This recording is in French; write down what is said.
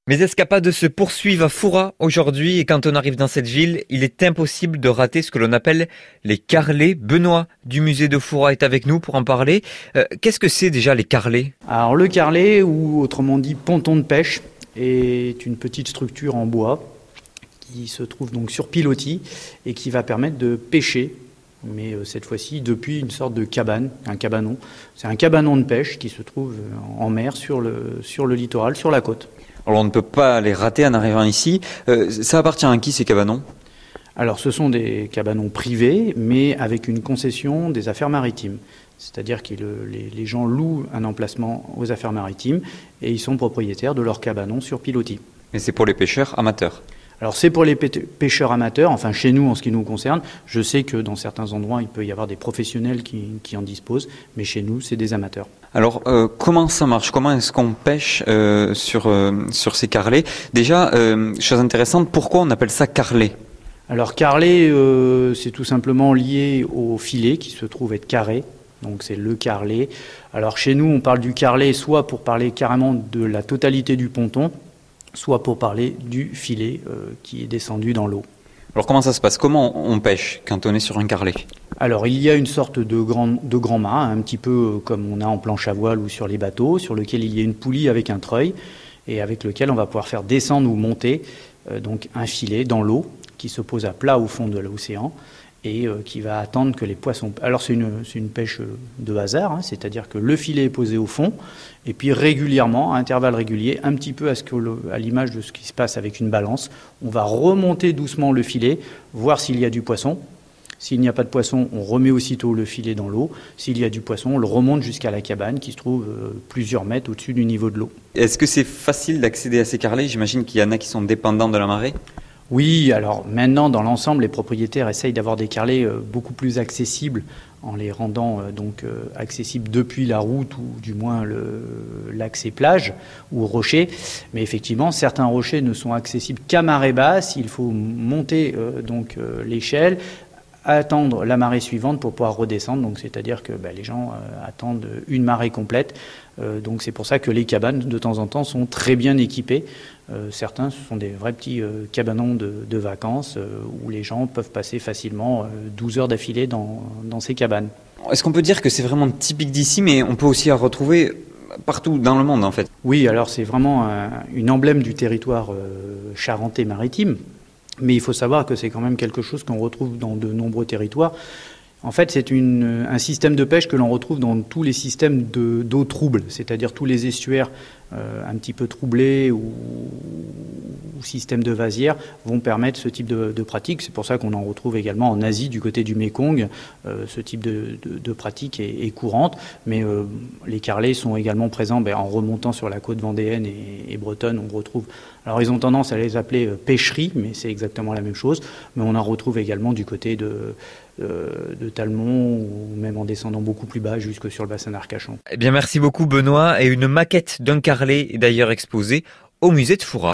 Mes escapades se poursuivent à Foura aujourd'hui et quand on arrive dans cette ville, il est impossible de rater ce que l'on appelle les carrelets. Benoît du musée de Foura est avec nous pour en parler. Qu'est-ce que c'est déjà les carrelets? Alors le carrelet, ou autrement dit ponton de pêche, est une petite structure en bois qui se trouve donc sur pilotis et qui va permettre de pêcher, mais cette fois-ci depuis une sorte de cabane, un cabanon. C'est un cabanon de pêche qui se trouve en mer sur le littoral, sur la côte. Alors on ne peut pas les rater en arrivant ici. Ça appartient à qui ces cabanons? Alors ce sont des cabanons privés, mais avec une concession des affaires maritimes. C'est-à-dire que les gens louent un emplacement aux affaires maritimes et ils sont propriétaires de leur cabanon sur pilotis. Mais c'est pour les pêcheurs amateurs. Alors c'est pour les pêcheurs amateurs, enfin chez nous en ce qui nous concerne. Je sais que dans certains endroits il peut y avoir des professionnels qui en disposent, mais chez nous c'est des amateurs. Alors comment ça marche? Comment est-ce qu'on pêche sur ces carrelets? Déjà, chose intéressante, pourquoi on appelle ça carrelet? Alors carrelet, c'est tout simplement lié au filet qui se trouve être carré. Donc c'est le carrelet. Alors chez nous on parle du carrelet soit pour parler carrément de la totalité du ponton, soit pour parler du filet qui est descendu dans l'eau. Alors comment ça se passe? Comment on pêche quand on est sur un carrelet? Alors il y a une sorte de grand mât, un petit peu comme on a en planche à voile ou sur les bateaux, sur lequel il y a une poulie avec un treuil et avec lequel on va pouvoir faire descendre ou monter donc un filet dans l'eau qui se pose à plat au fond de l'océan et qui va attendre que les poissons... Alors c'est une pêche de hasard, hein, c'est-à-dire que le filet est posé au fond, et puis régulièrement, à intervalles réguliers, un petit peu à l'image de ce qui se passe avec une balance, on va remonter doucement le filet, voir s'il y a du poisson. S'il n'y a pas de poisson, on remet aussitôt le filet dans l'eau. S'il y a du poisson, on le remonte jusqu'à la cabane qui se trouve plusieurs mètres au-dessus du niveau de l'eau. Est-ce que c'est facile d'accéder à ces carrelets? J'imagine qu'il y en a qui sont dépendants de la marée. Oui, alors maintenant, dans l'ensemble, les propriétaires essayent d'avoir des carrelets beaucoup plus accessibles en les rendant accessibles depuis la route ou du moins l'accès plage ou rocher. Mais effectivement, certains rochers ne sont accessibles qu'à marée basse. Il faut monter l'échelle, attendre la marée suivante pour pouvoir redescendre. Donc, c'est-à-dire que les gens attendent une marée complète. Donc, c'est pour ça que les cabanes, de temps en temps, sont très bien équipées. Certains, ce sont des vrais petits cabanons de vacances où les gens peuvent passer facilement 12 heures d'affilée dans ces cabanes. Est-ce qu'on peut dire que c'est vraiment typique d'ici, mais on peut aussi la retrouver partout dans le monde en fait? Oui, alors c'est vraiment une emblème du territoire charentais maritime. Mais il faut savoir que c'est quand même quelque chose qu'on retrouve dans de nombreux territoires. En fait, c'est un système de pêche que l'on retrouve dans tous les systèmes d'eau trouble, c'est-à-dire tous les estuaires un petit peu troublés ou systèmes de vasières vont permettre ce type de pratique. C'est pour ça qu'on en retrouve également en Asie, du côté du Mékong. Ce type de pratique est courante, mais les carrelets sont également présents en remontant sur la côte vendéenne et bretonne. On retrouve, alors ils ont tendance à les appeler pêcheries, mais c'est exactement la même chose. Mais on en retrouve également du côté de Talmont ou même en descendant beaucoup plus bas jusque sur le bassin d'Arcachon. Eh bien merci beaucoup Benoît, et une maquette d'un carrelet est d'ailleurs exposée au musée de Foura.